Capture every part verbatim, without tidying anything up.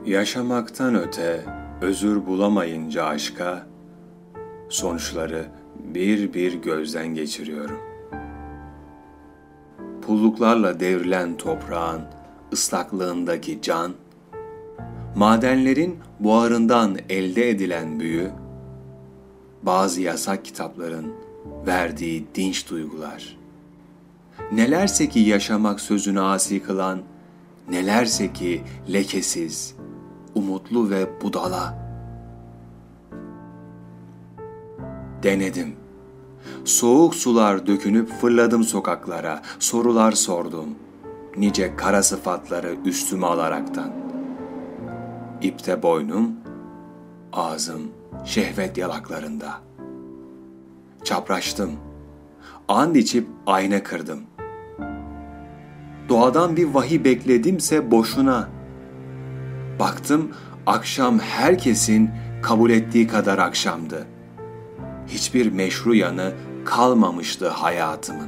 Yaşamaktan öte özür bulamayınca aşka, sonuçları bir bir gözden geçiriyorum. Pulluklarla devrilen toprağın ıslaklığındaki can, madenlerin buharından elde edilen büyü, bazı yasak kitapların verdiği dinç duygular, nelerse ki yaşamak sözünü asi kılan, nelerse ki lekesiz, umutlu ve budala. Denedim. Soğuk sular dökünüp fırladım sokaklara, sorular sordum. Nice kara sıfatları üstüme alaraktan. İpte boynum, ağzım şehvet yalaklarında. Çapraştım. And içip ayna kırdım. Doğadan bir vahiy bekledimse boşuna. Baktım akşam herkesin kabul ettiği kadar akşamdı. Hiçbir meşru yanı kalmamıştı hayatımın.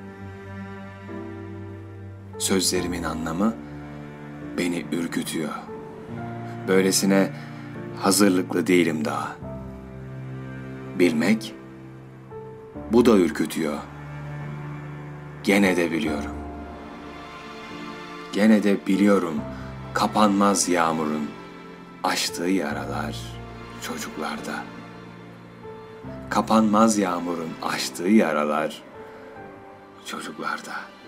Sözlerimin anlamı beni ürkütüyor. Böylesine hazırlıklı değilim daha. Bilmek, bu da ürkütüyor. Gene de biliyorum. Gene de biliyorum kapanmaz yağmurun açtığı yaralar çocuklarda. Kapanmaz yağmurun açtığı yaralar çocuklarda.